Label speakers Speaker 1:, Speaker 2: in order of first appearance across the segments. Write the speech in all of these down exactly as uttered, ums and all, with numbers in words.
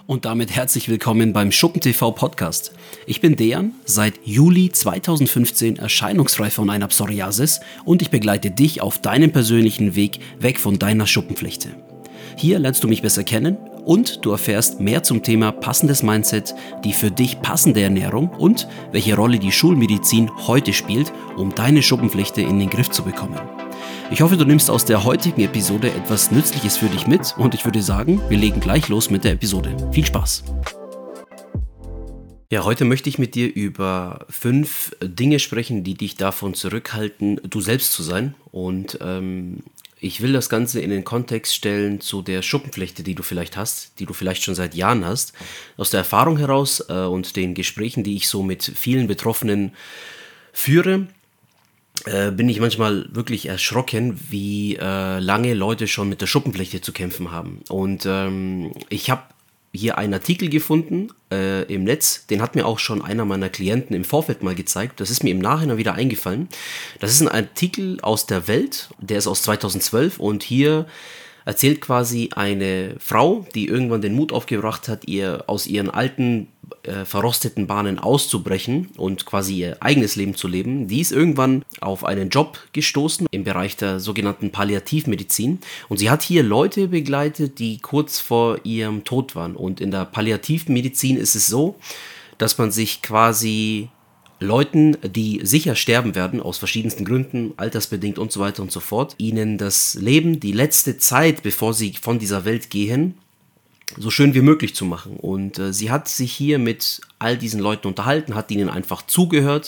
Speaker 1: Und damit herzlich willkommen beim SchuppenTV Podcast. Ich bin Dejan, seit Juli zweitausendfünfzehn erscheinungsfrei von einer Psoriasis und ich begleite dich auf deinem persönlichen Weg weg von deiner Schuppenflechte. Hier lernst du mich besser kennen und du erfährst mehr zum Thema passendes Mindset, die für dich passende Ernährung und welche Rolle die Schulmedizin heute spielt, um deine Schuppenflechte in den Griff zu bekommen. Ich hoffe, du nimmst aus der heutigen Episode etwas Nützliches für dich mit und ich würde sagen, wir legen gleich los mit der Episode. Viel Spaß! Ja, heute möchte ich mit dir über fünf Dinge sprechen, die dich davon zurückhalten, du selbst zu sein. Und ähm, ich will das Ganze in den Kontext stellen zu der Schuppenflechte, die du vielleicht hast, die du vielleicht schon seit Jahren hast. Aus der Erfahrung heraus äh, und den Gesprächen, die ich so mit vielen Betroffenen führe, Äh, bin ich manchmal wirklich erschrocken, wie äh, lange Leute schon mit der Schuppenflechte zu kämpfen haben. Und ähm, ich habe hier einen Artikel gefunden äh, im Netz, den hat mir auch schon einer meiner Klienten im Vorfeld mal gezeigt. Das ist mir im Nachhinein wieder eingefallen. Das ist ein Artikel aus der Welt, der ist aus zweitausendzwölf und hier erzählt quasi eine Frau, die irgendwann den Mut aufgebracht hat, ihr aus ihren alten, äh, verrosteten Bahnen auszubrechen und quasi ihr eigenes Leben zu leben. Die ist irgendwann auf einen Job gestoßen im Bereich der sogenannten Palliativmedizin und sie hat hier Leute begleitet, die kurz vor ihrem Tod waren. Und in der Palliativmedizin ist es so, dass man sich quasi Leuten, die sicher sterben werden, aus verschiedensten Gründen, altersbedingt und so weiter und so fort, ihnen das Leben, die letzte Zeit, bevor sie von dieser Welt gehen, so schön wie möglich zu machen. Und äh, sie hat sich hier mit all diesen Leuten unterhalten, hat ihnen einfach zugehört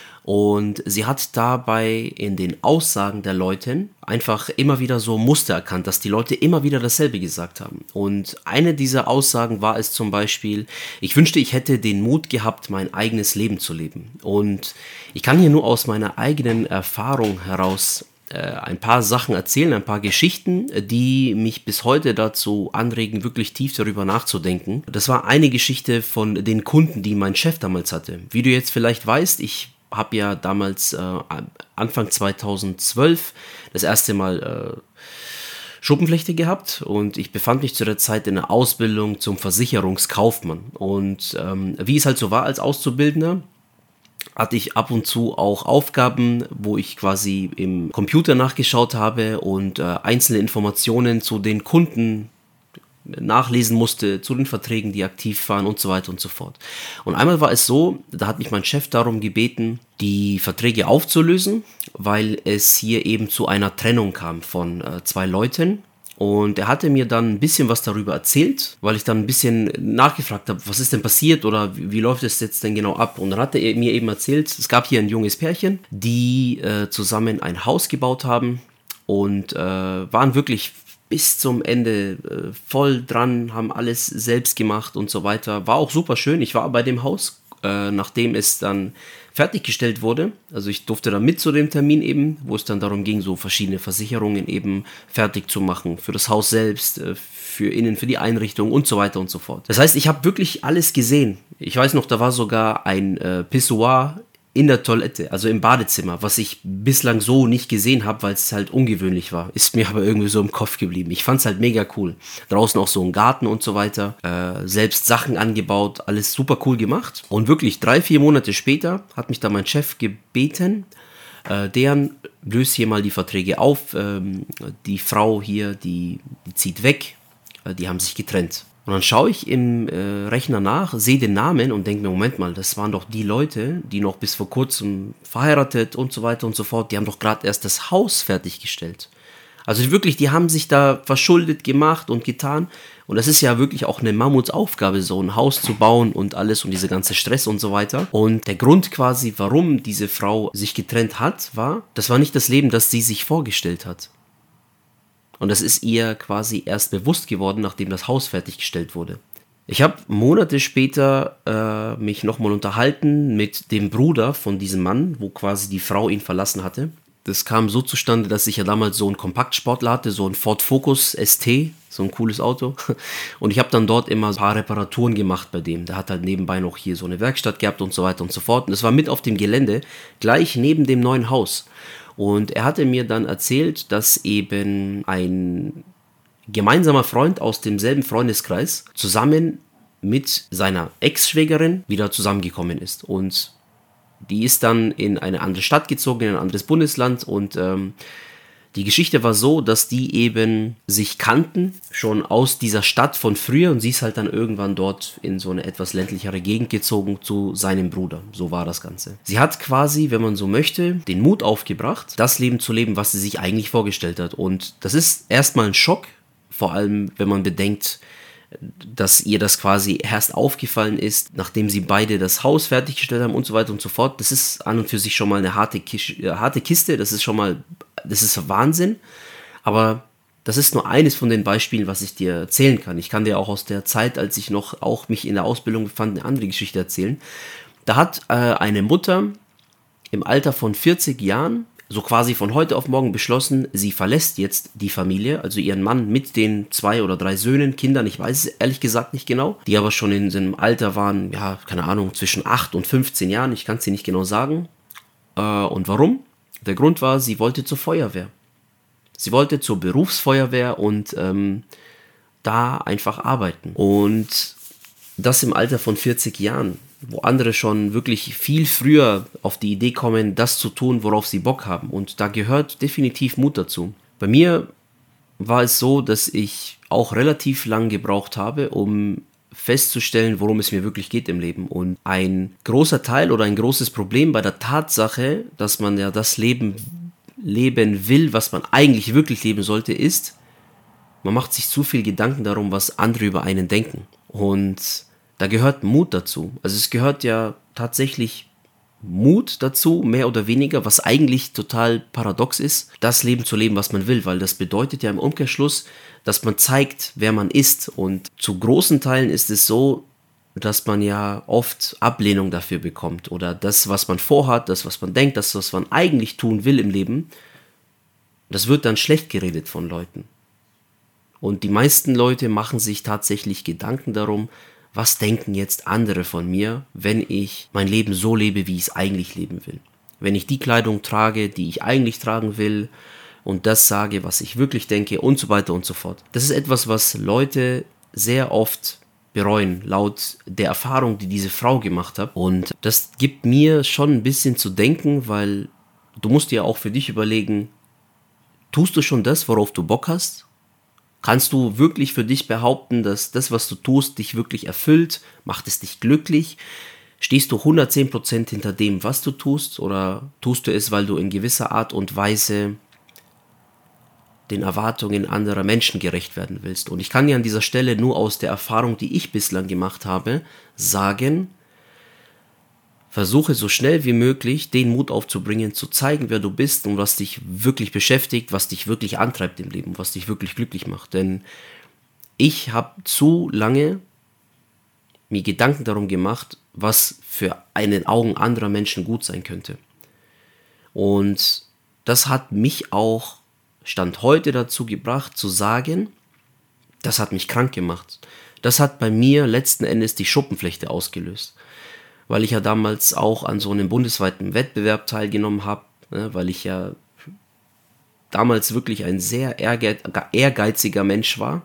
Speaker 1: und sie hat dabei in den Aussagen der Leute einfach immer wieder so Muster erkannt, dass die Leute immer wieder dasselbe gesagt haben. Und eine dieser Aussagen war es zum Beispiel: Ich wünschte, ich hätte den Mut gehabt, mein eigenes Leben zu leben. Und ich kann hier nur aus meiner eigenen Erfahrung heraus äh, ein paar Sachen erzählen, ein paar Geschichten, die mich bis heute dazu anregen, wirklich tief darüber nachzudenken. Das war eine Geschichte von den Kunden, die mein Chef damals hatte. Wie du jetzt vielleicht weißt, ich habe ja damals äh, Anfang zweitausendzwölf das erste Mal äh, Schuppenflechte gehabt und ich befand mich zu der Zeit in der Ausbildung zum Versicherungskaufmann. Und ähm, wie es halt so war als Auszubildender, hatte ich ab und zu auch Aufgaben, wo ich quasi im Computer nachgeschaut habe und äh, einzelne Informationen zu den Kunden nachlesen musste, zu den Verträgen, die aktiv waren und so weiter und so fort. Und einmal war es so, da hat mich mein Chef darum gebeten, die Verträge aufzulösen, weil es hier eben zu einer Trennung kam von äh, zwei Leuten. Und er hatte mir dann ein bisschen was darüber erzählt, weil ich dann ein bisschen nachgefragt habe, was ist denn passiert oder wie, wie läuft es jetzt denn genau ab? Und dann hat er mir eben erzählt, es gab hier ein junges Pärchen, die äh, zusammen ein Haus gebaut haben und äh, waren wirklich bis zum Ende äh, voll dran, haben alles selbst gemacht und so weiter. War auch super schön. Ich war bei dem Haus, äh, nachdem es dann fertiggestellt wurde. Also ich durfte dann mit zu dem Termin eben, wo es dann darum ging, so verschiedene Versicherungen eben fertig zu machen. Für das Haus selbst, äh, für innen, für die Einrichtung und so weiter und so fort. Das heißt, ich habe wirklich alles gesehen. Ich weiß noch, da war sogar ein äh, Pissoir in der Toilette, also im Badezimmer, was ich bislang so nicht gesehen habe, weil es halt ungewöhnlich war. Ist mir aber irgendwie so im Kopf geblieben. Ich fand es halt mega cool. Draußen auch so ein Garten und so weiter. Äh, selbst Sachen angebaut, alles super cool gemacht. Und wirklich drei, vier Monate später hat mich da mein Chef gebeten, äh, deren löst hier mal die Verträge auf. Ähm, die Frau hier, die, die zieht weg. Äh, die haben sich getrennt. Und dann schaue ich im äh, Rechner nach, sehe den Namen und denke mir, Moment mal, das waren doch die Leute, die noch bis vor kurzem verheiratet und so weiter und so fort, die haben doch gerade erst das Haus fertiggestellt. Also wirklich, die haben sich da verschuldet gemacht und getan. Und das ist ja wirklich auch eine Mammutsaufgabe, so ein Haus zu bauen und alles und diese ganze Stress und so weiter. Und der Grund quasi, warum diese Frau sich getrennt hat, war, das war nicht das Leben, das sie sich vorgestellt hat. Und das ist ihr quasi erst bewusst geworden, nachdem das Haus fertiggestellt wurde. Ich habe Monate später äh, mich nochmal unterhalten mit dem Bruder von diesem Mann, wo quasi die Frau ihn verlassen hatte. Das kam so zustande, dass ich ja damals so einen Kompaktsportler hatte, so ein Ford Focus S T, so ein cooles Auto. Und ich habe dann dort immer ein paar Reparaturen gemacht bei dem. Der hat halt nebenbei noch hier so eine Werkstatt gehabt und so weiter und so fort. Und das war mit auf dem Gelände, gleich neben dem neuen Haus. Und er hatte mir dann erzählt, dass eben ein gemeinsamer Freund aus demselben Freundeskreis zusammen mit seiner Ex-Schwägerin wieder zusammengekommen ist. Und die ist dann in eine andere Stadt gezogen, in ein anderes Bundesland. Und ähm, die Geschichte war so, dass die eben sich kannten, schon aus dieser Stadt von früher. Und sie ist halt dann irgendwann dort in so eine etwas ländlichere Gegend gezogen zu seinem Bruder. So war das Ganze. Sie hat quasi, wenn man so möchte, den Mut aufgebracht, das Leben zu leben, was sie sich eigentlich vorgestellt hat. Und das ist erstmal ein Schock, vor allem wenn man bedenkt, dass ihr das quasi erst aufgefallen ist, nachdem sie beide das Haus fertiggestellt haben und so weiter und so fort. Das ist an und für sich schon mal eine harte, Kisch, äh, harte Kiste, das ist schon mal, das ist Wahnsinn, aber das ist nur eines von den Beispielen, was ich dir erzählen kann. Ich kann dir auch aus der Zeit, als ich noch auch mich in der Ausbildung befand, eine andere Geschichte erzählen. Da hat äh, eine Mutter im Alter von vierzig Jahren so quasi von heute auf morgen beschlossen, sie verlässt jetzt die Familie, also ihren Mann mit den zwei oder drei Söhnen, Kindern, ich weiß es ehrlich gesagt nicht genau, die aber schon in seinem Alter waren, ja, keine Ahnung, zwischen acht und fünfzehn Jahren, ich kann es dir nicht genau sagen. Äh, und warum? Der Grund war, sie wollte zur Feuerwehr. Sie wollte zur Berufsfeuerwehr und ähm, da einfach arbeiten. Und das im Alter von vierzig Jahren, wo andere schon wirklich viel früher auf die Idee kommen, das zu tun, worauf sie Bock haben. Und da gehört definitiv Mut dazu. Bei mir war es so, dass ich auch relativ lang gebraucht habe, um festzustellen, worum es mir wirklich geht im Leben. Und ein großer Teil oder ein großes Problem bei der Tatsache, dass man ja das Leben leben will, was man eigentlich wirklich leben sollte, ist, man macht sich zu viel Gedanken darum, was andere über einen denken. Und da gehört Mut dazu. Also es gehört ja tatsächlich Mut dazu, mehr oder weniger, was eigentlich total paradox ist, das Leben zu leben, was man will, weil das bedeutet ja im Umkehrschluss, dass man zeigt, wer man ist. Und zu großen Teilen ist es so, dass man ja oft Ablehnung dafür bekommt oder das, was man vorhat, das, was man denkt, das, was man eigentlich tun will im Leben, das wird dann schlecht geredet von Leuten. Und die meisten Leute machen sich tatsächlich Gedanken darum, was denken jetzt andere von mir, wenn ich mein Leben so lebe, wie ich es eigentlich leben will. Wenn ich die Kleidung trage, die ich eigentlich tragen will und das sage, was ich wirklich denke und so weiter und so fort. Das ist etwas, was Leute sehr oft bereuen, laut der Erfahrung, die diese Frau gemacht hat. Und das gibt mir schon ein bisschen zu denken, weil du musst dir auch für dich überlegen, tust du schon das, worauf du Bock hast? Kannst du wirklich für dich behaupten, dass das, was du tust, dich wirklich erfüllt? Macht es dich glücklich? Stehst du hundertzehn Prozent hinter dem, was du tust? Oder tust du es, weil du in gewisser Art und Weise den Erwartungen anderer Menschen gerecht werden willst? Und ich kann dir an dieser Stelle nur aus der Erfahrung, die ich bislang gemacht habe, sagen, versuche so schnell wie möglich den Mut aufzubringen, zu zeigen, wer du bist und was dich wirklich beschäftigt, was dich wirklich antreibt im Leben, was dich wirklich glücklich macht. Denn ich habe zu lange mir Gedanken darum gemacht, was für einen Augen anderer Menschen gut sein könnte. Und das hat mich auch Stand heute dazu gebracht, zu sagen, das hat mich krank gemacht. Das hat bei mir letzten Endes die Schuppenflechte ausgelöst. Weil ich ja damals auch an so einem bundesweiten Wettbewerb teilgenommen habe, ne, weil ich ja damals wirklich ein sehr ehrgeiziger Mensch war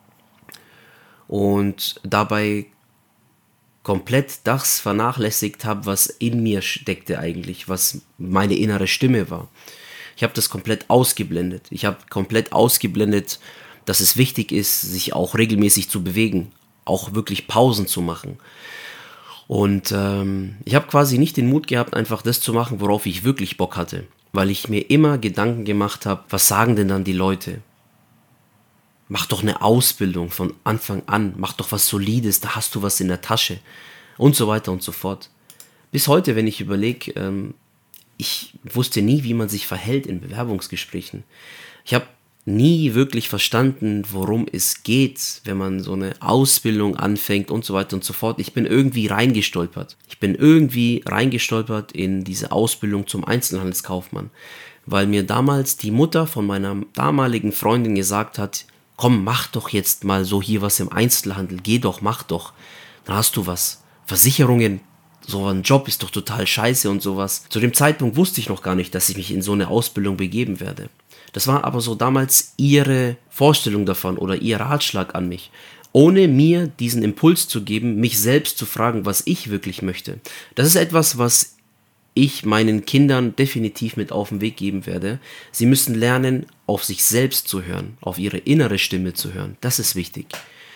Speaker 1: und dabei komplett das vernachlässigt habe, was in mir steckte eigentlich, was meine innere Stimme war. Ich habe das komplett ausgeblendet. Ich habe komplett ausgeblendet, dass es wichtig ist, sich auch regelmäßig zu bewegen, auch wirklich Pausen zu machen. Und ähm, ich habe quasi nicht den Mut gehabt, einfach das zu machen, worauf ich wirklich Bock hatte. Weil ich mir immer Gedanken gemacht habe, was sagen denn dann die Leute? Mach doch eine Ausbildung von Anfang an, mach doch was Solides, da hast du was in der Tasche und so weiter und so fort. Bis heute, wenn ich überlege, ähm, ich wusste nie, wie man sich verhält in Bewerbungsgesprächen. Ich habe nie wirklich verstanden, worum es geht, wenn man so eine Ausbildung anfängt und so weiter und so fort. Ich bin irgendwie reingestolpert. Ich bin irgendwie reingestolpert in diese Ausbildung zum Einzelhandelskaufmann, weil mir damals die Mutter von meiner damaligen Freundin gesagt hat, komm, mach doch jetzt mal so hier was im Einzelhandel, geh doch, mach doch, dann hast du was. Versicherungen, so ein Job ist doch total scheiße und sowas. Zu dem Zeitpunkt wusste ich noch gar nicht, dass ich mich in so eine Ausbildung begeben werde. Das war aber so damals ihre Vorstellung davon oder ihr Ratschlag an mich. ohne mir diesen Impuls zu geben, mich selbst zu fragen, was ich wirklich möchte. Das ist etwas, was ich meinen Kindern definitiv mit auf den Weg geben werde. Sie müssen lernen, auf sich selbst zu hören, auf ihre innere Stimme zu hören. Das ist wichtig.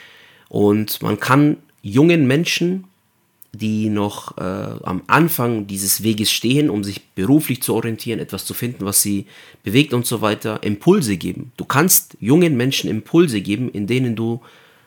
Speaker 1: Und man kann jungen Menschen, die noch äh, am Anfang dieses Weges stehen, um sich beruflich zu orientieren, etwas zu finden, was sie bewegt und so weiter, Impulse geben. Du kannst jungen Menschen Impulse geben, in denen du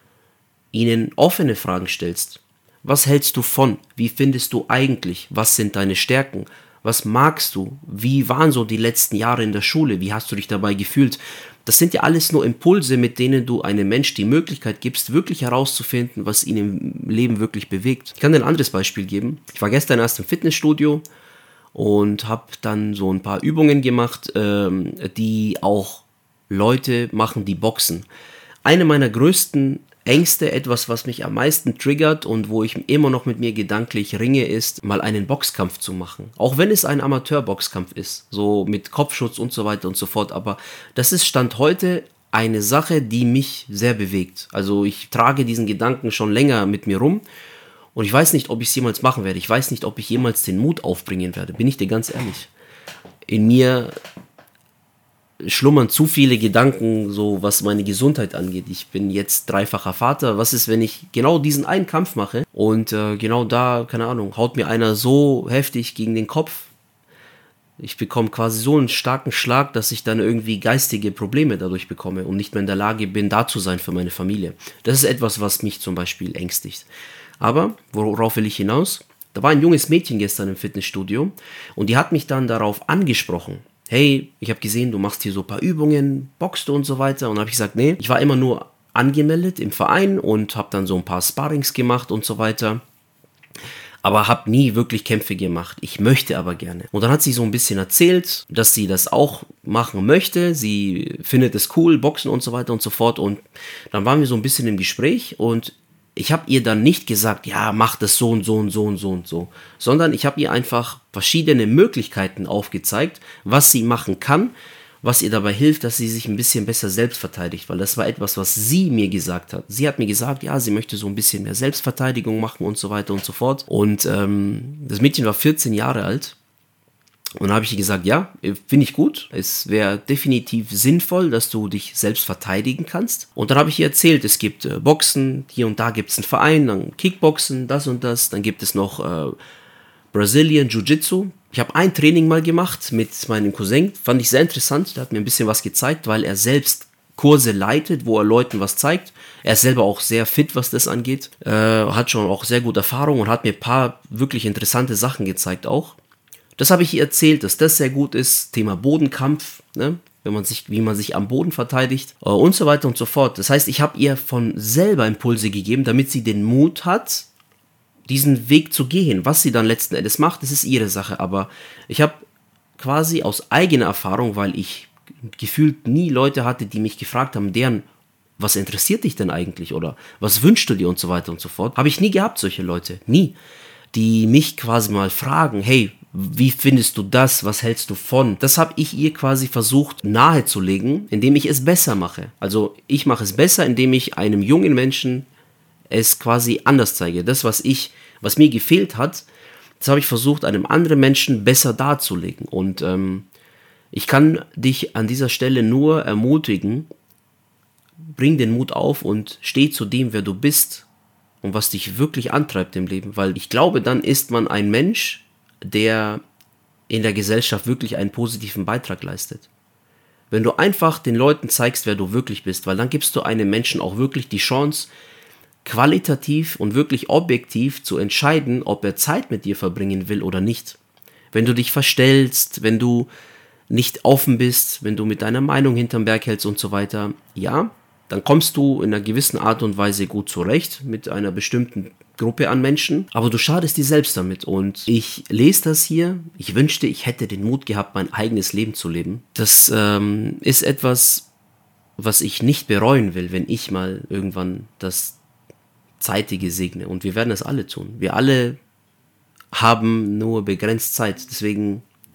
Speaker 1: ihnen offene Fragen stellst. Was hältst du von? Wie findest du eigentlich? Was sind deine Stärken? Was magst du? Wie waren so die letzten Jahre in der Schule? Wie hast du dich dabei gefühlt? Das sind ja alles nur Impulse, mit denen du einem Menschen die Möglichkeit gibst, wirklich herauszufinden, was ihn im Leben wirklich bewegt. Ich kann dir ein anderes Beispiel geben. Ich war gestern erst im Fitnessstudio und habe dann so ein paar Übungen gemacht, ähm, die auch Leute machen, die boxen. Eine meiner größten Ängste, etwas, was mich am meisten triggert und wo ich immer noch mit mir gedanklich ringe, ist, mal einen Boxkampf zu machen. Auch wenn es ein Amateur-Boxkampf ist, so mit Kopfschutz und so weiter und so fort. Aber das ist Stand heute eine Sache, die mich sehr bewegt. Also ich trage diesen Gedanken schon länger mit mir rum und ich weiß nicht, ob ich es jemals machen werde. Ich weiß nicht, ob ich jemals den Mut aufbringen werde, bin ich dir ganz ehrlich. In mir schlummern zu viele Gedanken, so was meine Gesundheit angeht. Ich bin jetzt dreifacher Vater. Was ist, wenn ich genau diesen einen Kampf mache und äh, genau da, keine Ahnung, haut mir einer so heftig gegen den Kopf. Ich bekomme quasi so einen starken Schlag, dass ich dann irgendwie geistige Probleme dadurch bekomme und nicht mehr in der Lage bin, da zu sein für meine Familie. Das ist etwas, was mich zum Beispiel ängstigt. Aber, worauf will ich hinaus? Da war ein junges Mädchen gestern im Fitnessstudio und die hat mich dann darauf angesprochen. Hey, ich habe gesehen, du machst hier so ein paar Übungen, boxst du und so weiter. Und habe ich gesagt, nee, ich war immer nur angemeldet im Verein und habe dann so ein paar Sparrings gemacht und so weiter. Aber habe nie wirklich Kämpfe gemacht. Ich möchte aber gerne. Und dann hat sie so ein bisschen erzählt, dass sie das auch machen möchte. Sie findet es cool, Boxen und so weiter und so fort. Und dann waren wir so ein bisschen im Gespräch und ich habe ihr dann nicht gesagt, ja, mach das so und so und so und so und so, sondern ich habe ihr einfach verschiedene Möglichkeiten aufgezeigt, was sie machen kann, was ihr dabei hilft, dass sie sich ein bisschen besser selbst verteidigt, weil das war etwas, was sie mir gesagt hat. Sie hat mir gesagt, ja, sie möchte so ein bisschen mehr Selbstverteidigung machen und so weiter und so fort. Und ähm, das Mädchen war vierzehn Jahre alt. Und dann habe ich ihr gesagt, ja, finde ich gut. Es wäre definitiv sinnvoll, dass du dich selbst verteidigen kannst. Und dann habe ich ihr erzählt, es gibt äh, Boxen, hier und da gibt es einen Verein, dann Kickboxen, das und das. Dann gibt es noch äh, Brazilian Jiu-Jitsu. Ich habe ein Training mal gemacht mit meinem Cousin, fand ich sehr interessant. Der hat mir ein bisschen was gezeigt, weil er selbst Kurse leitet, wo er Leuten was zeigt. Er ist selber auch sehr fit, was das angeht. Äh, hat schon auch sehr gute Erfahrung und hat mir ein paar wirklich interessante Sachen gezeigt auch. Das habe ich ihr erzählt, dass das sehr gut ist. Thema Bodenkampf, ne? Wenn man sich, wie man sich am Boden verteidigt äh, und so weiter und so fort. Das heißt, ich habe ihr von selber Impulse gegeben, damit sie den Mut hat, diesen Weg zu gehen. Was sie dann letzten Endes macht, das ist ihre Sache. Aber ich habe quasi aus eigener Erfahrung, weil ich gefühlt nie Leute hatte, die mich gefragt haben, deren, was interessiert dich denn eigentlich oder was wünschst du dir und so weiter und so fort, habe ich nie gehabt, solche Leute. Nie. Die mich quasi mal fragen, hey, wie findest du das? Was hältst du von? Das habe ich ihr quasi versucht nahezulegen, indem ich es besser mache. Also ich mache es besser, indem ich einem jungen Menschen es quasi anders zeige. Das, was ich, was mir gefehlt hat, das habe ich versucht, einem anderen Menschen besser darzulegen. Und ähm, ich kann dich an dieser Stelle nur ermutigen, bring den Mut auf und steh zu dem, wer du bist und was dich wirklich antreibt im Leben. Weil ich glaube, dann ist man ein Mensch, der in der Gesellschaft wirklich einen positiven Beitrag leistet. Wenn du einfach den Leuten zeigst, wer du wirklich bist, weil dann gibst du einem Menschen auch wirklich die Chance, qualitativ und wirklich objektiv zu entscheiden, ob er Zeit mit dir verbringen will oder nicht. Wenn du dich verstellst, wenn du nicht offen bist, wenn du mit deiner Meinung hinterm Berg hältst und so weiter, ja, dann kommst du in einer gewissen Art und Weise gut zurecht mit einer bestimmten Gruppe an Menschen, aber du schadest dir selbst damit. Und ich lese das hier, ich wünschte, ich hätte den Mut gehabt, mein eigenes Leben zu leben. Das ähm, ist etwas, was ich nicht bereuen will, wenn ich mal irgendwann das Zeitige segne. Und wir werden es alle tun. Wir alle haben nur begrenzt Zeit. Deswegen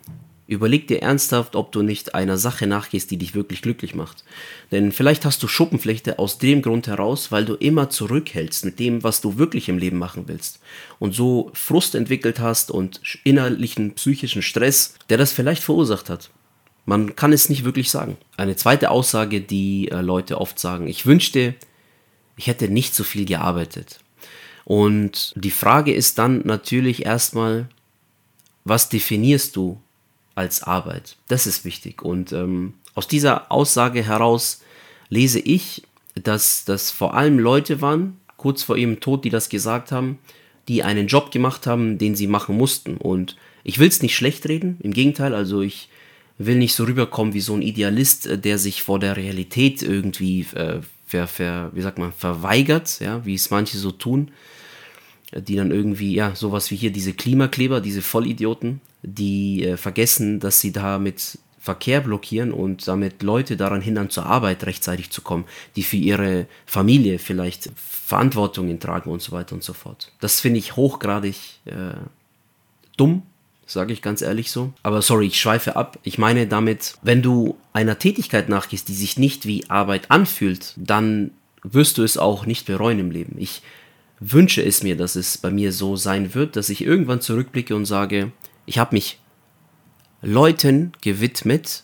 Speaker 1: Überleg dir ernsthaft, ob du nicht einer Sache nachgehst, die dich wirklich glücklich macht. Denn vielleicht hast du Schuppenflechte aus dem Grund heraus, weil du immer zurückhältst mit dem, was du wirklich im Leben machen willst. Und so Frust entwickelt hast und innerlichen psychischen Stress, der das vielleicht verursacht hat. Man kann es nicht wirklich sagen. Eine zweite Aussage, die äh, Leute oft sagen: Ich wünschte, ich hätte nicht so viel gearbeitet. Und die Frage ist dann natürlich erstmal, was definierst du als Arbeit? Das ist wichtig. Und ähm, aus dieser Aussage heraus lese ich, dass das vor allem Leute waren, kurz vor ihrem Tod, die das gesagt haben, die einen Job gemacht haben, den sie machen mussten. Und ich will es nicht schlecht reden, im Gegenteil, also ich will nicht so rüberkommen wie so ein Idealist, äh, der sich vor der Realität irgendwie äh, ver, ver, wie sagt man, verweigert, ja, wie es manche so tun, äh, die dann irgendwie, ja, sowas wie hier diese Klimakleber, diese Vollidioten, die äh, vergessen, dass sie damit Verkehr blockieren und damit Leute daran hindern, zur Arbeit rechtzeitig zu kommen, die für ihre Familie vielleicht Verantwortungen tragen und so weiter und so fort. Das finde ich hochgradig äh, dumm, sage ich ganz ehrlich so. Aber sorry, ich schweife ab. Ich meine damit, wenn du einer Tätigkeit nachgehst, die sich nicht wie Arbeit anfühlt, dann wirst du es auch nicht bereuen im Leben. Ich wünsche es mir, dass es bei mir so sein wird, dass ich irgendwann zurückblicke und sage, ich habe mich Leuten gewidmet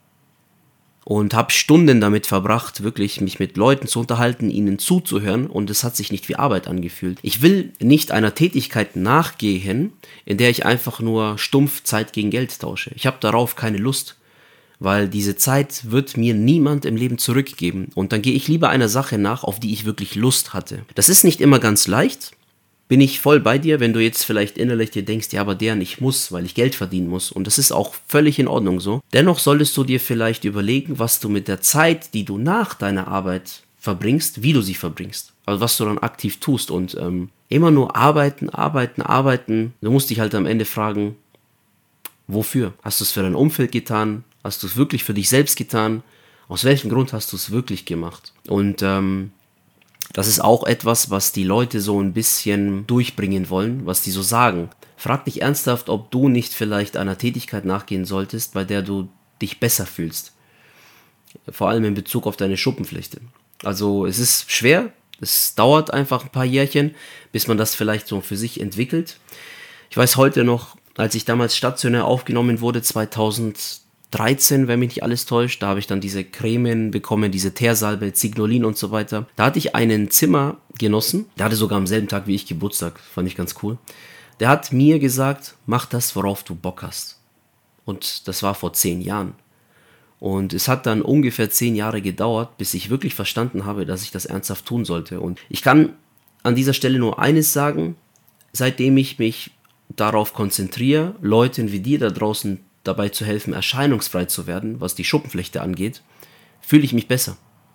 Speaker 1: und habe Stunden damit verbracht, wirklich mich mit Leuten zu unterhalten, ihnen zuzuhören, und es hat sich nicht wie Arbeit angefühlt. Ich will nicht einer Tätigkeit nachgehen, in der ich einfach nur stumpf Zeit gegen Geld tausche. Ich habe darauf keine Lust, weil diese Zeit wird mir niemand im Leben zurückgeben, und dann gehe ich lieber einer Sache nach, auf die ich wirklich Lust hatte. Das ist nicht immer ganz leicht. Bin ich voll bei dir, wenn du jetzt vielleicht innerlich dir denkst, ja, aber deren, ich muss, weil ich Geld verdienen muss. Und das ist auch völlig in Ordnung so. Dennoch solltest du dir vielleicht überlegen, was du mit der Zeit, die du nach deiner Arbeit verbringst, wie du sie verbringst. Also was du dann aktiv tust. Und ähm, immer nur arbeiten, arbeiten, arbeiten. Du musst dich halt am Ende fragen, wofür? Hast du es für dein Umfeld getan? Hast du es wirklich für dich selbst getan? Aus welchem Grund hast du es wirklich gemacht? Und ähm, das ist auch etwas, was die Leute so ein bisschen durchbringen wollen, was die so sagen. Frag dich ernsthaft, ob du nicht vielleicht einer Tätigkeit nachgehen solltest, bei der du dich besser fühlst. Vor allem in Bezug auf deine Schuppenflechte. Also es ist schwer, es dauert einfach ein paar Jährchen, bis man das vielleicht so für sich entwickelt. Ich weiß heute noch, als ich damals stationär aufgenommen wurde, zweitausenddreizehn, wenn mich nicht alles täuscht, da habe ich dann diese Cremen bekommen, diese Teersalbe, Zignolin und so weiter. Da hatte ich einen Zimmergenossen, der hatte sogar am selben Tag wie ich Geburtstag, fand ich ganz cool. Der hat mir gesagt, mach das, worauf du Bock hast. Und das war vor zehn Jahren. Und es hat dann ungefähr zehn Jahre gedauert, bis ich wirklich verstanden habe, dass ich das ernsthaft tun sollte. Und ich kann an dieser Stelle nur eines sagen: Seitdem ich mich darauf konzentriere, Leuten wie dir da draußen dabei zu helfen, erscheinungsfrei zu werden, was die Schuppenflechte angeht, fühle ich mich besser.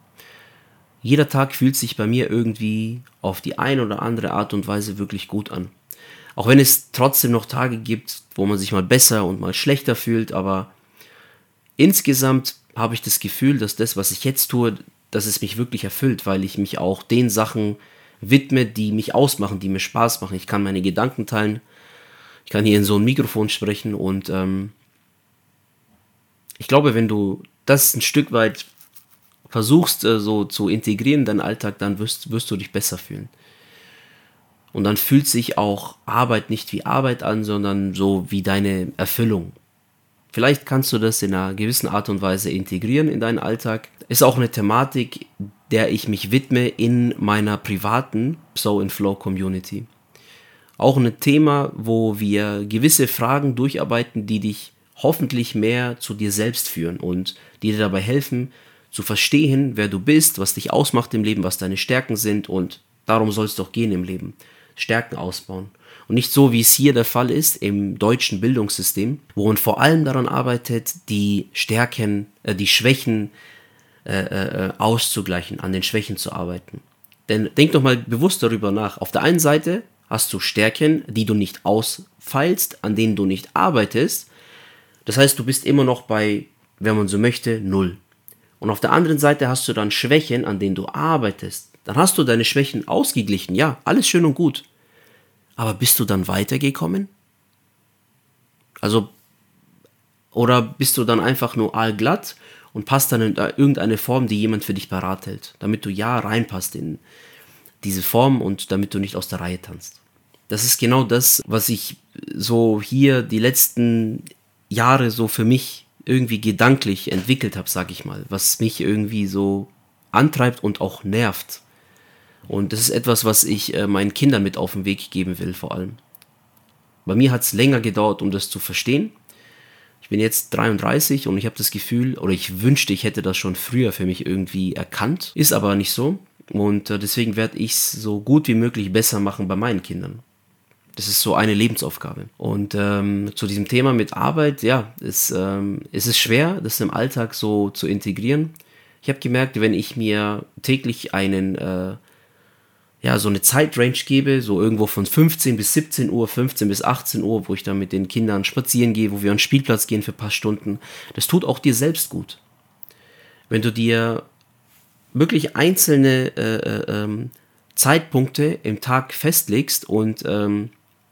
Speaker 1: Jeder Tag fühlt sich bei mir irgendwie auf die eine oder andere Art und Weise wirklich gut an. Auch wenn es trotzdem noch Tage gibt, wo man sich mal besser und mal schlechter fühlt, aber insgesamt habe ich das Gefühl, dass das, was ich jetzt tue, dass es mich wirklich erfüllt, weil ich mich auch den Sachen widme, die mich ausmachen, die mir Spaß machen. Ich kann meine Gedanken teilen, ich kann hier in so ein Mikrofon sprechen, und ähm, ich glaube, wenn du das ein Stück weit versuchst äh, so zu integrieren in deinen Alltag, dann wirst, wirst du dich besser fühlen. Und dann fühlt sich auch Arbeit nicht wie Arbeit an, sondern so wie deine Erfüllung. Vielleicht kannst du das in einer gewissen Art und Weise integrieren in deinen Alltag. Ist auch eine Thematik, der ich mich widme in meiner privaten So in Flow Community. Auch ein Thema, wo wir gewisse Fragen durcharbeiten, die dich hoffentlich mehr zu dir selbst führen und die dir dabei helfen, zu verstehen, wer du bist, was dich ausmacht im Leben, was deine Stärken sind, und darum soll es doch gehen im Leben. Stärken ausbauen. Und nicht so, wie es hier der Fall ist im deutschen Bildungssystem, wo man vor allem daran arbeitet, die Stärken, äh, die Schwächen äh, äh, auszugleichen, an den Schwächen zu arbeiten. Denn denk doch mal bewusst darüber nach. Auf der einen Seite hast du Stärken, die du nicht ausfeilst, an denen du nicht arbeitest. Das heißt, du bist immer noch bei, wenn man so möchte, null. Und auf der anderen Seite hast du dann Schwächen, an denen du arbeitest. Dann hast du deine Schwächen ausgeglichen. Ja, alles schön und gut. Aber bist du dann weitergekommen? Also Oder bist du dann einfach nur allglatt und passt dann in irgendeine Form, die jemand für dich parat hält, damit du ja reinpasst in diese Form und damit du nicht aus der Reihe tanzt. Das ist genau das, was ich so hier die letzten Jahre so für mich irgendwie gedanklich entwickelt habe, sag ich mal, was mich irgendwie so antreibt und auch nervt. Und das ist etwas, was ich äh, meinen Kindern mit auf den Weg geben will, vor allem. Bei mir hat es länger gedauert, um das zu verstehen. Ich bin jetzt dreiunddreißig und ich habe das Gefühl, oder ich wünschte, ich hätte das schon früher für mich irgendwie erkannt. Ist aber nicht so. Und äh, deswegen werde ich es so gut wie möglich besser machen bei meinen Kindern. Das ist so eine Lebensaufgabe. Und ähm, zu diesem Thema mit Arbeit, ja, es, ähm, es ist schwer, das im Alltag so zu integrieren. Ich habe gemerkt, wenn ich mir täglich einen, äh, ja, so eine Zeitrange gebe, so irgendwo von fünfzehn bis siebzehn Uhr, fünfzehn bis achtzehn Uhr, wo ich dann mit den Kindern spazieren gehe, wo wir an den Spielplatz gehen für ein paar Stunden, das tut auch dir selbst gut. Wenn du dir wirklich einzelne äh, äh, ähm, Zeitpunkte im Tag festlegst und ähm,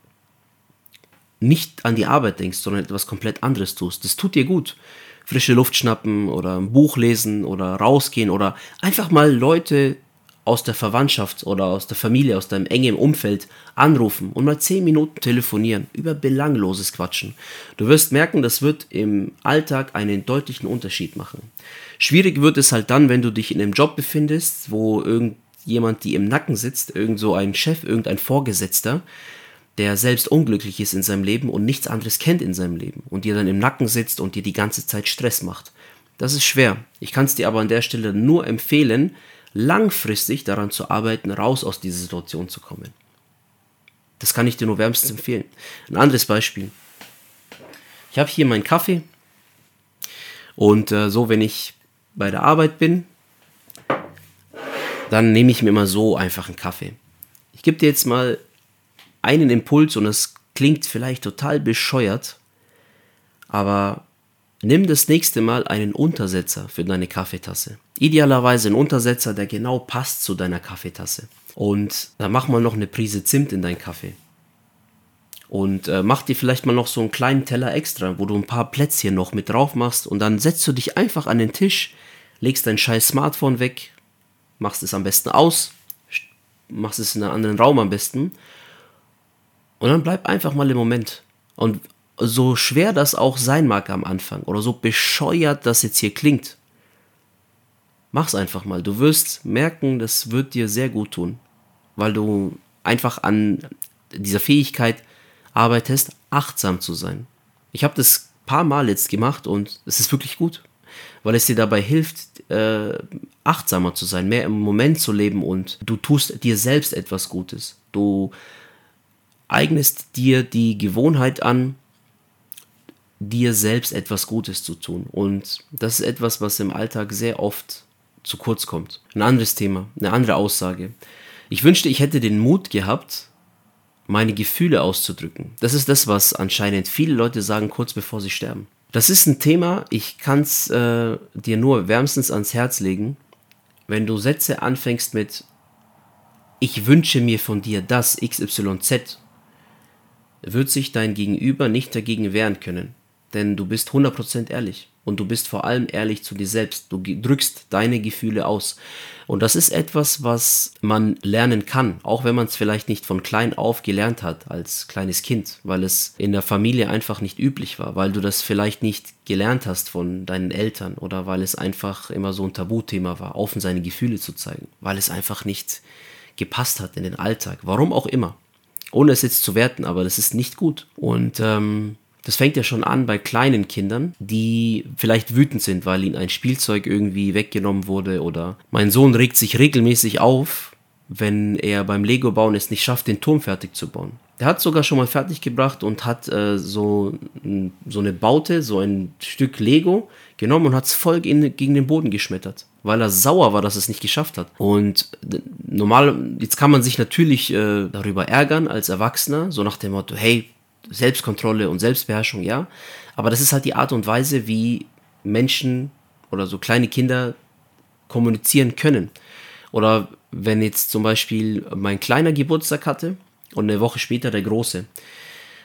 Speaker 1: nicht an die Arbeit denkst, sondern etwas komplett anderes tust. Das tut dir gut. Frische Luft schnappen oder ein Buch lesen oder rausgehen oder einfach mal Leute aus der Verwandtschaft oder aus der Familie, aus deinem engen Umfeld anrufen und mal zehn Minuten telefonieren, über belangloses Quatschen. Du wirst merken, das wird im Alltag einen deutlichen Unterschied machen. Schwierig wird es halt dann, wenn du dich in einem Job befindest, wo irgendjemand dir im Nacken sitzt, irgend so ein Chef, irgendein Vorgesetzter, der selbst unglücklich ist in seinem Leben und nichts anderes kennt in seinem Leben und dir dann im Nacken sitzt und dir die ganze Zeit Stress macht. Das ist schwer. Ich kann es dir aber an der Stelle nur empfehlen, langfristig daran zu arbeiten, raus aus dieser Situation zu kommen. Das kann ich dir nur wärmstens empfehlen. Ein anderes Beispiel. Ich habe hier meinen Kaffee und äh, so, wenn ich bei der Arbeit bin, dann nehme ich mir immer so einfach einen Kaffee. Ich gebe dir jetzt mal einen Impuls und es klingt vielleicht total bescheuert, aber nimm das nächste Mal einen Untersetzer für deine Kaffeetasse. Idealerweise einen Untersetzer, der genau passt zu deiner Kaffeetasse. Und dann mach mal noch eine Prise Zimt in deinen Kaffee. Und äh, mach dir vielleicht mal noch so einen kleinen Teller extra, wo du ein paar Plätzchen noch mit drauf machst und dann setzt du dich einfach an den Tisch, legst dein scheiß Smartphone weg, machst es am besten aus, machst es in einem anderen Raum am besten und dann bleib einfach mal im Moment. Und so schwer das auch sein mag am Anfang oder so bescheuert das jetzt hier klingt, mach's einfach mal. Du wirst merken, das wird dir sehr gut tun, weil du einfach an dieser Fähigkeit arbeitest, achtsam zu sein. Ich habe das ein paar Mal jetzt gemacht und es ist wirklich gut, weil es dir dabei hilft, äh, achtsamer zu sein, mehr im Moment zu leben und du tust dir selbst etwas Gutes. Du eignest dir die Gewohnheit an, dir selbst etwas Gutes zu tun. Und das ist etwas, was im Alltag sehr oft zu kurz kommt. Ein anderes Thema, eine andere Aussage. Ich wünschte, ich hätte den Mut gehabt, meine Gefühle auszudrücken. Das ist das, was anscheinend viele Leute sagen, kurz bevor sie sterben. Das ist ein Thema, ich kann es äh, dir nur wärmstens ans Herz legen, wenn du Sätze anfängst mit ich wünsche mir von dir das X Y Z, wird sich dein Gegenüber nicht dagegen wehren können. Denn du bist hundert Prozent ehrlich. Und du bist vor allem ehrlich zu dir selbst. Du drückst deine Gefühle aus. Und das ist etwas, was man lernen kann. Auch wenn man es vielleicht nicht von klein auf gelernt hat, als kleines Kind. Weil es in der Familie einfach nicht üblich war. Weil du das vielleicht nicht gelernt hast von deinen Eltern. Oder weil es einfach immer so ein Tabuthema war, offen seine Gefühle zu zeigen. Weil es einfach nicht gepasst hat in den Alltag. Warum auch immer. Ohne es jetzt zu werten, aber das ist nicht gut. Und ähm, das fängt ja schon an bei kleinen Kindern, die vielleicht wütend sind, weil ihnen ein Spielzeug irgendwie weggenommen wurde. Oder mein Sohn regt sich regelmäßig auf, wenn er beim Lego-Bauen es nicht schafft, den Turm fertig zu bauen. Der hat sogar schon mal fertig gebracht und hat äh, so, so eine Baute, so ein Stück Lego genommen und hat es voll in, gegen den Boden geschmettert, weil er sauer war, dass es nicht geschafft hat. Und normal, jetzt kann man sich natürlich äh, darüber ärgern als Erwachsener, so nach dem Motto, hey, Selbstkontrolle und Selbstbeherrschung, ja. Aber das ist halt die Art und Weise, wie Menschen oder so kleine Kinder kommunizieren können. Oder wenn jetzt zum Beispiel mein Kleiner Geburtstag hatte und eine Woche später der Große,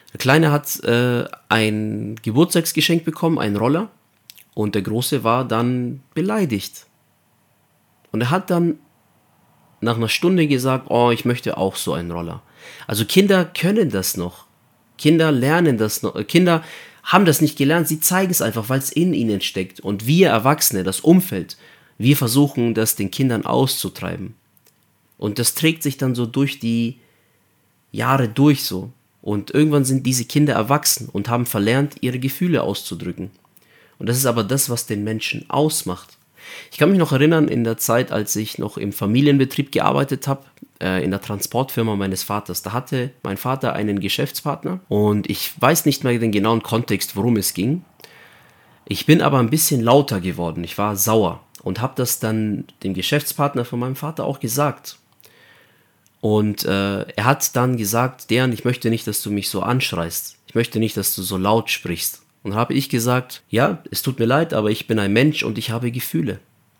Speaker 1: Der Kleine hat äh, ein Geburtstagsgeschenk bekommen, einen Roller, und der Große war dann beleidigt. Und er hat dann nach einer Stunde gesagt, oh, ich möchte auch so einen Roller. Also Kinder können das noch. Kinder lernen das noch. Kinder haben das nicht gelernt, sie zeigen es einfach, weil es in ihnen steckt. Und wir Erwachsene, das Umfeld, wir versuchen das den Kindern auszutreiben. Und das trägt sich dann so durch die Jahre durch so. Und irgendwann sind diese Kinder erwachsen und haben verlernt, ihre Gefühle auszudrücken. Und das ist aber das, was den Menschen ausmacht. Ich kann mich noch erinnern, in der Zeit, als ich noch im Familienbetrieb gearbeitet habe, äh, in der Transportfirma meines Vaters, da hatte mein Vater einen Geschäftspartner und ich weiß nicht mehr den genauen Kontext, worum es ging. Ich bin aber ein bisschen lauter geworden, ich war sauer und habe das dann dem Geschäftspartner von meinem Vater auch gesagt. Und äh, er hat dann gesagt, Dejan, ich möchte nicht, dass du mich so anschreist. Ich möchte nicht, dass du so laut sprichst. Und habe ich gesagt, ja, es tut mir leid, aber ich bin ein Mensch und ich habe Gefühle.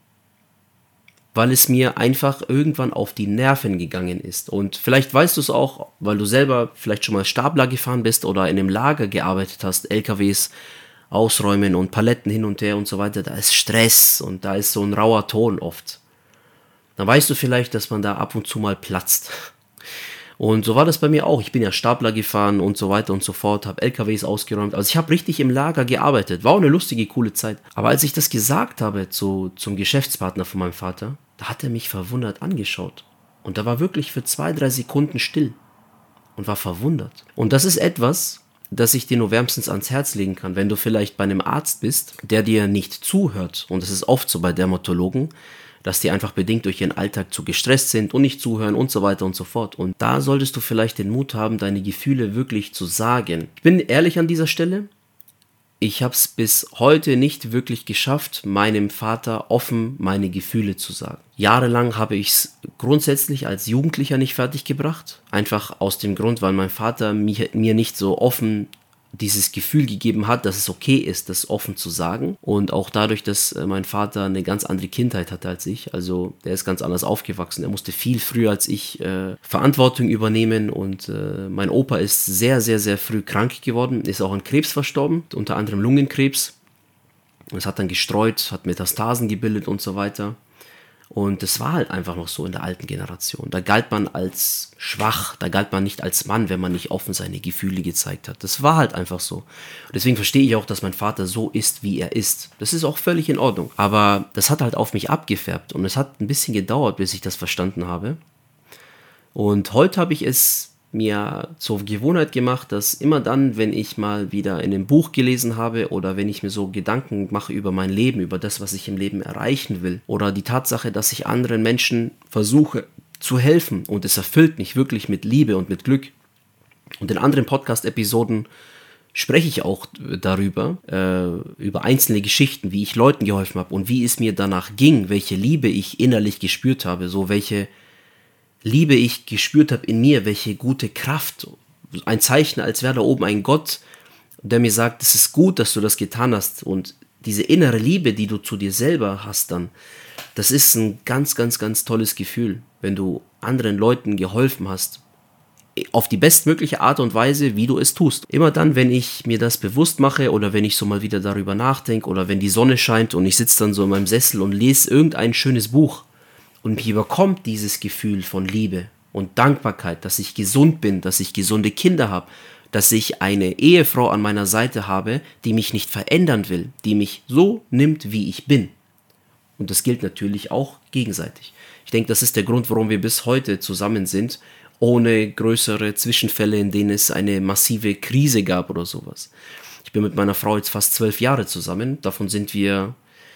Speaker 1: Weil es mir einfach irgendwann auf die Nerven gegangen ist. Und vielleicht weißt du es auch, weil du selber vielleicht schon mal Stapler gefahren bist oder in einem Lager gearbeitet hast, L K Ws ausräumen und Paletten hin und her und so weiter. Da ist Stress und da ist so ein rauer Ton oft. Dann weißt du vielleicht, dass man da ab und zu mal platzt. Und so war das bei mir auch. Ich bin ja Stapler gefahren und so weiter und so fort, habe L K Ws ausgeräumt. Also ich habe richtig im Lager gearbeitet. War auch eine lustige, coole Zeit. Aber als ich das gesagt habe zu, zum Geschäftspartner von meinem Vater, da hat er mich verwundert angeschaut. Und da war wirklich für zwei, drei Sekunden still und war verwundert. Und das ist etwas, das ich dir nur wärmstens ans Herz legen kann. Wenn du vielleicht bei einem Arzt bist, der dir nicht zuhört, und das ist oft so bei Dermatologen, dass die einfach bedingt durch ihren Alltag zu gestresst sind und nicht zuhören und so weiter und so fort. Und da solltest du vielleicht den Mut haben, deine Gefühle wirklich zu sagen. Ich bin ehrlich an dieser Stelle, ich habe es bis heute nicht wirklich geschafft, meinem Vater offen meine Gefühle zu sagen. Jahrelang habe ich es grundsätzlich als Jugendlicher nicht fertiggebracht. Einfach aus dem Grund, weil mein Vater mir, mir nicht so offen dieses Gefühl gegeben hat, dass es okay ist, das offen zu sagen. Und auch dadurch, dass äh, mein Vater eine ganz andere Kindheit hatte als ich. Also der ist ganz anders aufgewachsen. Er musste viel früher als ich äh, Verantwortung übernehmen. Und äh, mein Opa ist sehr, sehr, sehr früh krank geworden. Ist auch an Krebs verstorben, unter anderem Lungenkrebs. Es hat dann gestreut, hat Metastasen gebildet und so weiter. Und das war halt einfach noch so in der alten Generation. Da galt man als schwach, da galt man nicht als Mann, wenn man nicht offen seine Gefühle gezeigt hat. Das war halt einfach so. Und deswegen verstehe ich auch, dass mein Vater so ist, wie er ist. Das ist auch völlig in Ordnung. Aber das hat halt auf mich abgefärbt und es hat ein bisschen gedauert, bis ich das verstanden habe. Und heute habe ich es mir zur Gewohnheit gemacht, dass immer dann, wenn ich mal wieder in einem Buch gelesen habe oder wenn ich mir so Gedanken mache über mein Leben, über das, was ich im Leben erreichen will oder die Tatsache, dass ich anderen Menschen versuche zu helfen und es erfüllt mich wirklich mit Liebe und mit Glück. Und in anderen Podcast-Episoden spreche ich auch darüber, äh, über einzelne Geschichten, wie ich Leuten geholfen habe und wie es mir danach ging, welche Liebe ich innerlich gespürt habe, so welche Liebe ich gespürt habe in mir, welche gute Kraft, ein Zeichen, als wäre da oben ein Gott, der mir sagt, es ist gut, dass du das getan hast und diese innere Liebe, die du zu dir selber hast dann, das ist ein ganz, ganz, ganz tolles Gefühl, wenn du anderen Leuten geholfen hast, auf die bestmögliche Art und Weise, wie du es tust. Immer dann, wenn ich mir das bewusst mache oder wenn ich so mal wieder darüber nachdenke oder wenn die Sonne scheint und ich sitze dann so in meinem Sessel und lese irgendein schönes Buch, und mich überkommt dieses Gefühl von Liebe und Dankbarkeit, dass ich gesund bin, dass ich gesunde Kinder habe, dass ich eine Ehefrau an meiner Seite habe, die mich nicht verändern will, die mich so nimmt, wie ich bin. Und das gilt natürlich auch gegenseitig. Ich denke, das ist der Grund, warum wir bis heute zusammen sind, ohne größere Zwischenfälle, in denen es eine massive Krise gab oder sowas. Ich bin mit meiner Frau jetzt fast zwölf Jahre zusammen, davon sind wir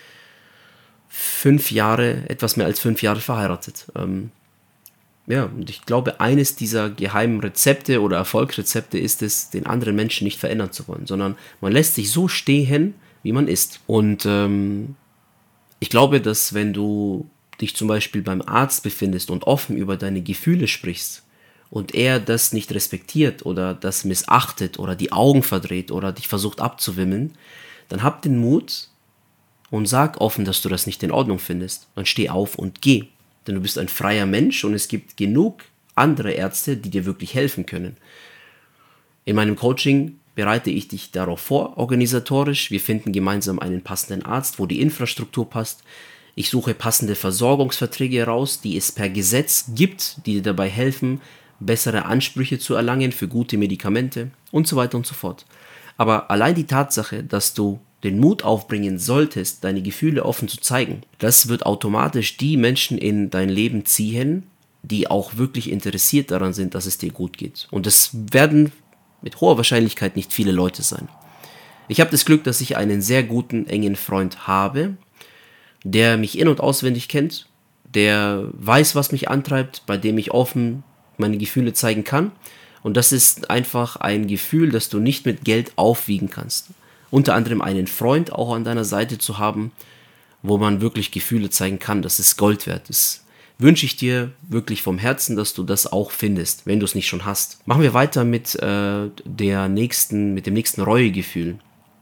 Speaker 1: fünf Jahre, etwas mehr als fünf Jahre verheiratet. Ähm, ja, und ich glaube, eines dieser geheimen Rezepte oder Erfolgsrezepte ist es, den anderen Menschen nicht verändern zu wollen, sondern man lässt sich so stehen, wie man ist. Und ähm, ich glaube, dass wenn du dich zum Beispiel beim Arzt befindest und offen über deine Gefühle sprichst und er das nicht respektiert oder das missachtet oder die Augen verdreht oder dich versucht abzuwimmeln, dann hab den Mut, und sag offen, dass du das nicht in Ordnung findest. Dann steh auf und geh. Denn du bist ein freier Mensch und es gibt genug andere Ärzte, die dir wirklich helfen können. In meinem Coaching bereite ich dich darauf vor, organisatorisch. Wir finden gemeinsam einen passenden Arzt, wo die Infrastruktur passt. Ich suche passende Versorgungsverträge heraus, die es per Gesetz gibt, die dir dabei helfen, bessere Ansprüche zu erlangen für gute Medikamente und so weiter und so fort. Aber allein die Tatsache, dass du den Mut aufbringen solltest, deine Gefühle offen zu zeigen, das wird automatisch die Menschen in dein Leben ziehen, die auch wirklich interessiert daran sind, dass es dir gut geht. Und das werden mit hoher Wahrscheinlichkeit nicht viele Leute sein. Ich habe das Glück, dass ich einen sehr guten, engen Freund habe, der mich in- und auswendig kennt, der weiß, was mich antreibt, bei dem ich offen meine Gefühle zeigen kann. Und das ist einfach ein Gefühl, das du nicht mit Geld aufwiegen kannst. Unter anderem einen Freund auch an deiner Seite zu haben, wo man wirklich Gefühle zeigen kann, das ist Gold wert. Das wünsche ich dir wirklich vom Herzen, dass du das auch findest, wenn du es nicht schon hast. Machen wir weiter mit, äh, der nächsten, mit dem nächsten Reuegefühl.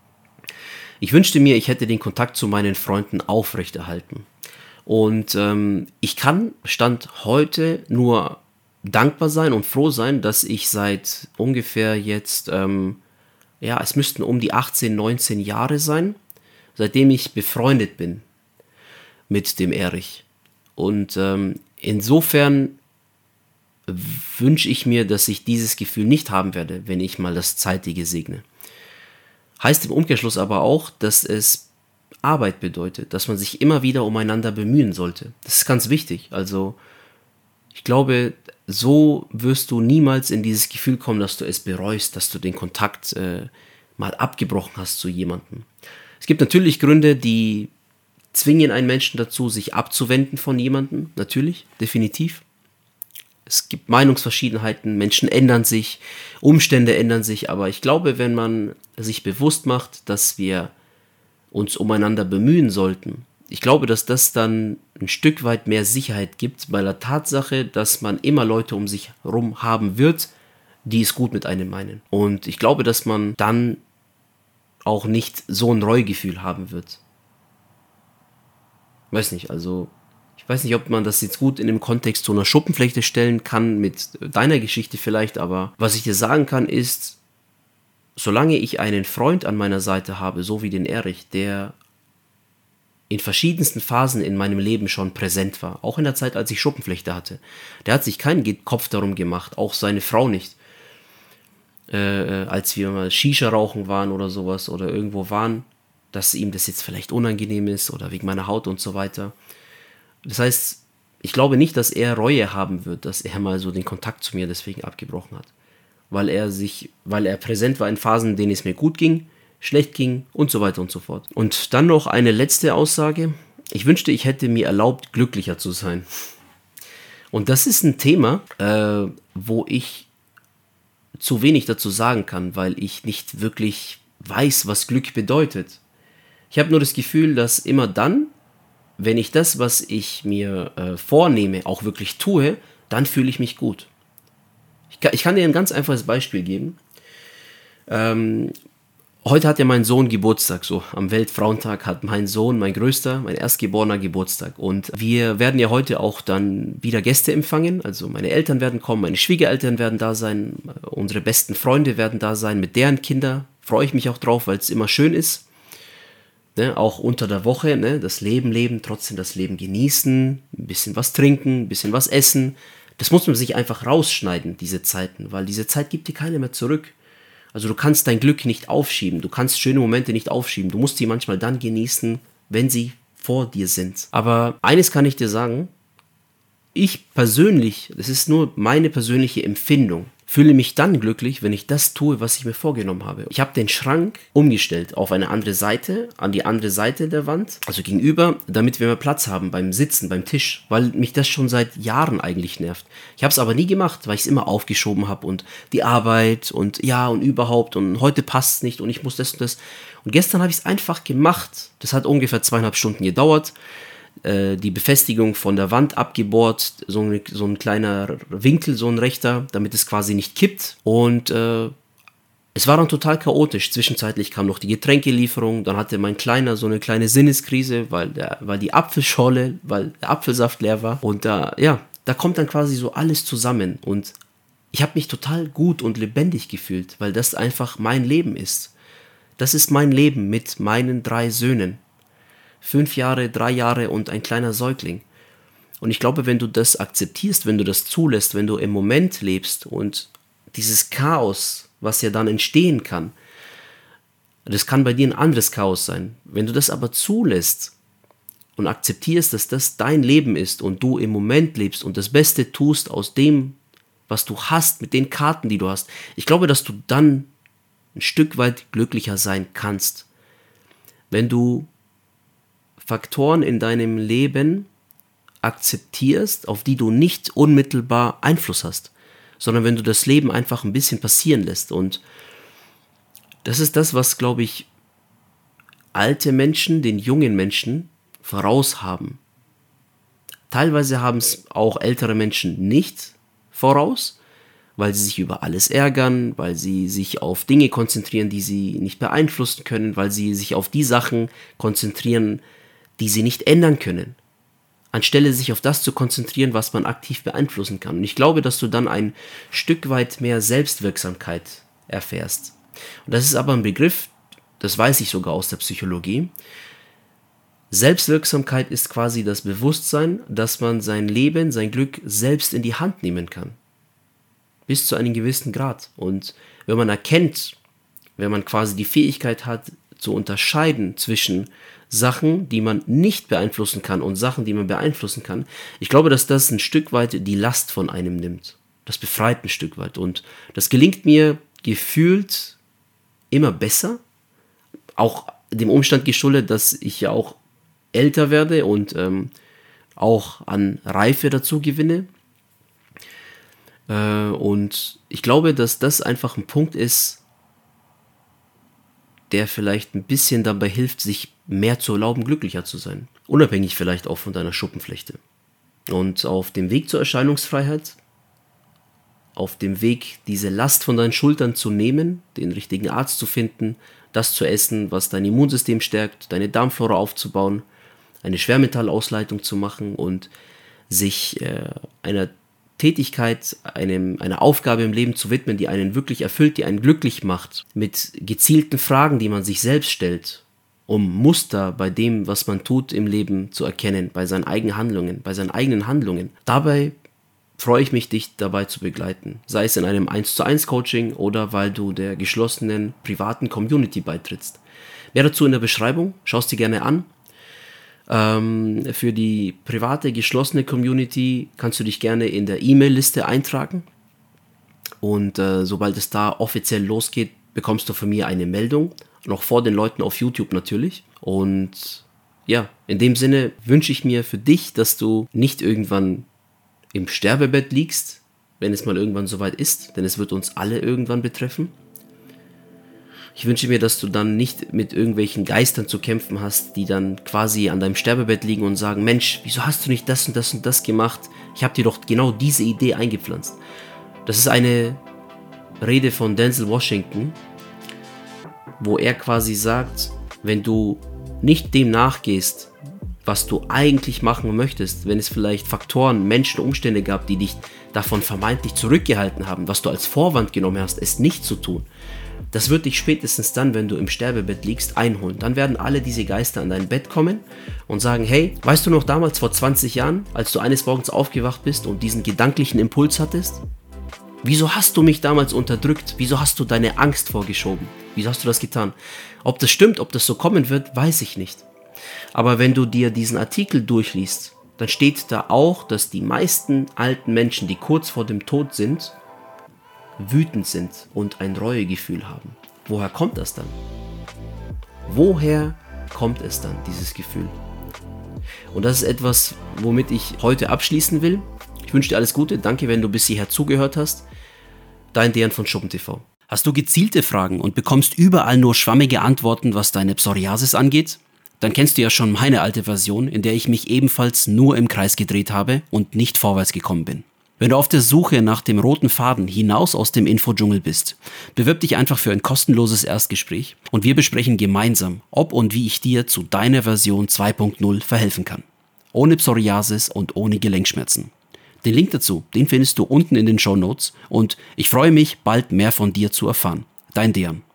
Speaker 1: Ich wünschte mir, ich hätte den Kontakt zu meinen Freunden aufrechterhalten. Und ähm, ich kann Stand heute nur dankbar sein und froh sein, dass ich seit ungefähr jetzt, ähm, ja, es müssten um die achtzehn, neunzehn Jahre sein, seitdem ich befreundet bin mit dem Erich. Und ähm, insofern wünsche ich mir, dass ich dieses Gefühl nicht haben werde, wenn ich mal das Zeitige segne. Heißt im Umkehrschluss aber auch, dass es Arbeit bedeutet, dass man sich immer wieder umeinander bemühen sollte. Das ist ganz wichtig. Also ich glaube, so wirst du niemals in dieses Gefühl kommen, dass du es bereust, dass du den Kontakt äh, mal abgebrochen hast zu jemandem. Es gibt natürlich Gründe, die zwingen einen Menschen dazu, sich abzuwenden von jemandem. Natürlich, definitiv. Es gibt Meinungsverschiedenheiten, Menschen ändern sich, Umstände ändern sich, aber ich glaube, wenn man sich bewusst macht, dass wir uns umeinander bemühen sollten, ich glaube, dass das dann ein Stück weit mehr Sicherheit gibt, bei der Tatsache, dass man immer Leute um sich herum haben wird, die es gut mit einem meinen. Und ich glaube, dass man dann auch nicht so ein Reuegefühl haben wird. Weiß nicht, also ich weiß nicht, ob man das jetzt gut in dem Kontext zu einer Schuppenflechte stellen kann, mit deiner Geschichte vielleicht, aber was ich dir sagen kann ist, solange ich einen Freund an meiner Seite habe, so wie den Erich, der in verschiedensten Phasen in meinem Leben schon präsent war, auch in der Zeit, als ich Schuppenflechte hatte, der hat sich keinen Kopf darum gemacht, auch seine Frau nicht, äh, als wir mal Shisha rauchen waren oder sowas oder irgendwo waren, dass ihm das jetzt vielleicht unangenehm ist oder wegen meiner Haut und so weiter. Das heißt, ich glaube nicht, dass er Reue haben wird, dass er mal so den Kontakt zu mir deswegen abgebrochen hat. Weil er sich, weil er präsent war in Phasen, in denen es mir gut ging, schlecht ging und so weiter und so fort. Und dann noch eine letzte Aussage. Ich wünschte, ich hätte mir erlaubt, glücklicher zu sein. Und das ist ein Thema, äh, wo ich zu wenig dazu sagen kann, weil ich nicht wirklich weiß, was Glück bedeutet. Ich habe nur das Gefühl, dass immer dann, wenn ich das, was ich mir äh, vornehme, auch wirklich tue, dann fühle ich mich gut. Ich kann, ich kann dir ein ganz einfaches Beispiel geben. Ähm, heute hat ja mein Sohn Geburtstag, so am Weltfrauentag hat mein Sohn, mein Größter, mein Erstgeborener Geburtstag. Und wir werden ja heute auch dann wieder Gäste empfangen. Also meine Eltern werden kommen, meine Schwiegereltern werden da sein, unsere besten Freunde werden da sein, mit deren Kindern freue ich mich auch drauf, weil es immer schön ist. Ne, auch unter der Woche, ne, das Leben leben, trotzdem das Leben genießen, ein bisschen was trinken, ein bisschen was essen. Das muss man sich einfach rausschneiden, diese Zeiten, weil diese Zeit gibt dir keine mehr zurück. Also du kannst dein Glück nicht aufschieben, du kannst schöne Momente nicht aufschieben, du musst sie manchmal dann genießen, wenn sie vor dir sind. Aber eines kann ich dir sagen, ich persönlich, das ist nur meine persönliche Empfindung, fühle mich dann glücklich, wenn ich das tue, was ich mir vorgenommen habe. Ich habe den Schrank umgestellt auf eine andere Seite, an die andere Seite der Wand, also gegenüber, damit wir mehr Platz haben beim Sitzen, beim Tisch, weil mich das schon seit Jahren eigentlich nervt. Ich habe es aber nie gemacht, weil ich es immer aufgeschoben habe und die Arbeit und ja und überhaupt und heute passt es nicht und ich muss das und das. Und gestern habe ich es einfach gemacht. Das hat ungefähr zweieinhalb Stunden gedauert. Die Befestigung von der Wand abgebohrt, so ein, so ein kleiner Winkel, so ein rechter, damit es quasi nicht kippt. Und äh, es war dann total chaotisch. Zwischenzeitlich kam noch die Getränkelieferung, dann hatte mein Kleiner so eine kleine Sinneskrise, weil, der, weil die Apfelschorle, weil der Apfelsaft leer war. Und da, ja, da kommt dann quasi so alles zusammen. Und Ich habe mich total gut und lebendig gefühlt, weil das einfach mein Leben ist. Das ist mein Leben mit meinen drei Söhnen. Fünf Jahre, drei Jahre und ein kleiner Säugling. Und ich glaube, wenn du das akzeptierst, wenn du das zulässt, wenn du im Moment lebst und dieses Chaos, was ja dann entstehen kann, das kann bei dir ein anderes Chaos sein. Wenn du das aber zulässt und akzeptierst, dass das dein Leben ist und du im Moment lebst und das Beste tust aus dem, was du hast, mit den Karten, die du hast, ich glaube, dass du dann ein Stück weit glücklicher sein kannst. Wenn du Faktoren in deinem Leben akzeptierst, auf die du nicht unmittelbar Einfluss hast, sondern wenn du das Leben einfach ein bisschen passieren lässt. Und das ist das, was, glaube ich, alte Menschen den jungen Menschen voraus haben. Teilweise haben es auch ältere Menschen nicht voraus, weil sie sich über alles ärgern, weil sie sich auf Dinge konzentrieren, die sie nicht beeinflussen können, weil sie sich auf die Sachen konzentrieren, die sie nicht ändern können, anstelle sich auf das zu konzentrieren, was man aktiv beeinflussen kann. Und ich glaube, dass du dann ein Stück weit mehr Selbstwirksamkeit erfährst. Und das ist aber ein Begriff, das weiß ich sogar aus der Psychologie. Selbstwirksamkeit ist quasi das Bewusstsein, dass man sein Leben, sein Glück selbst in die Hand nehmen kann. Bis zu einem gewissen Grad. Und wenn man erkennt, wenn man quasi die Fähigkeit hat, zu unterscheiden zwischen Sachen, die man nicht beeinflussen kann und Sachen, die man beeinflussen kann, ich glaube, dass das ein Stück weit die Last von einem nimmt. Das befreit ein Stück weit. Und das gelingt mir gefühlt immer besser. Auch dem Umstand geschuldet, dass ich ja auch älter werde und ähm, auch an Reife dazu gewinne. Äh, und ich glaube, dass das einfach ein Punkt ist, der vielleicht ein bisschen dabei hilft, sich mehr zu erlauben, glücklicher zu sein. Unabhängig vielleicht auch von deiner Schuppenflechte. Und auf dem Weg zur Erscheinungsfreiheit, auf dem Weg, diese Last von deinen Schultern zu nehmen, den richtigen Arzt zu finden, das zu essen, was dein Immunsystem stärkt, deine Darmflora aufzubauen, eine Schwermetallausleitung zu machen und sich äh, einer Tätigkeit, einem, einer Aufgabe im Leben zu widmen, die einen wirklich erfüllt, die einen glücklich macht, mit gezielten Fragen, die man sich selbst stellt, um Muster bei dem, was man tut im Leben zu erkennen, bei seinen eigenen Handlungen, bei seinen eigenen Handlungen. Dabei freue ich mich, dich dabei zu begleiten, sei es in einem eins zu eins Coaching oder weil du der geschlossenen privaten Community beitrittst. Mehr dazu in der Beschreibung, schau es dir gerne an. Ähm, für die private, geschlossene Community kannst du dich gerne in der E-Mail-Liste eintragen und äh, sobald es da offiziell losgeht, bekommst du von mir eine Meldung, noch vor den Leuten auf YouTube natürlich. Und ja, in dem Sinne wünsche ich mir für dich, dass du nicht irgendwann im Sterbebett liegst, wenn es mal irgendwann soweit ist, denn es wird uns alle irgendwann betreffen. Ich wünsche mir, dass du dann nicht mit irgendwelchen Geistern zu kämpfen hast, die dann quasi an deinem Sterbebett liegen und sagen, Mensch, wieso hast du nicht das und das und das gemacht? Ich habe dir doch genau diese Idee eingepflanzt. Das ist eine Rede von Denzel Washington, wo er quasi sagt, wenn du nicht dem nachgehst, was du eigentlich machen möchtest, wenn es vielleicht Faktoren, Menschen, Umstände gab, die dich davon vermeintlich zurückgehalten haben, was du als Vorwand genommen hast, es nicht zu tun, das wird dich spätestens dann, wenn du im Sterbebett liegst, einholen. Dann werden alle diese Geister an dein Bett kommen und sagen, hey, weißt du noch damals vor zwanzig Jahren, als du eines Morgens aufgewacht bist und diesen gedanklichen Impuls hattest? Wieso hast du mich damals unterdrückt? Wieso hast du deine Angst vorgeschoben? Wieso hast du das getan? Ob das stimmt, ob das so kommen wird, weiß ich nicht. Aber wenn du dir diesen Artikel durchliest, dann steht da auch, dass die meisten alten Menschen, die kurz vor dem Tod sind, wütend sind und ein Reuegefühl haben. Woher kommt das dann? Woher kommt es dann, dieses Gefühl? Und das ist etwas, womit ich heute abschließen will. Ich wünsche dir alles Gute. Danke, wenn du bis hierher zugehört hast. Dein Dejan von SchuppenTV. Hast du gezielte Fragen und bekommst überall nur schwammige Antworten, was deine Psoriasis angeht? Dann kennst du ja schon meine alte Version, in der ich mich ebenfalls nur im Kreis gedreht habe und nicht vorwärts gekommen bin. Wenn du auf der Suche nach dem roten Faden hinaus aus dem Infodschungel bist, bewirb dich einfach für ein kostenloses Erstgespräch und wir besprechen gemeinsam, ob und wie ich dir zu deiner Version zwei Punkt null verhelfen kann. Ohne Psoriasis und ohne Gelenkschmerzen. Den Link dazu, den findest du unten in den Shownotes und ich freue mich, bald mehr von dir zu erfahren. Dein Dejan.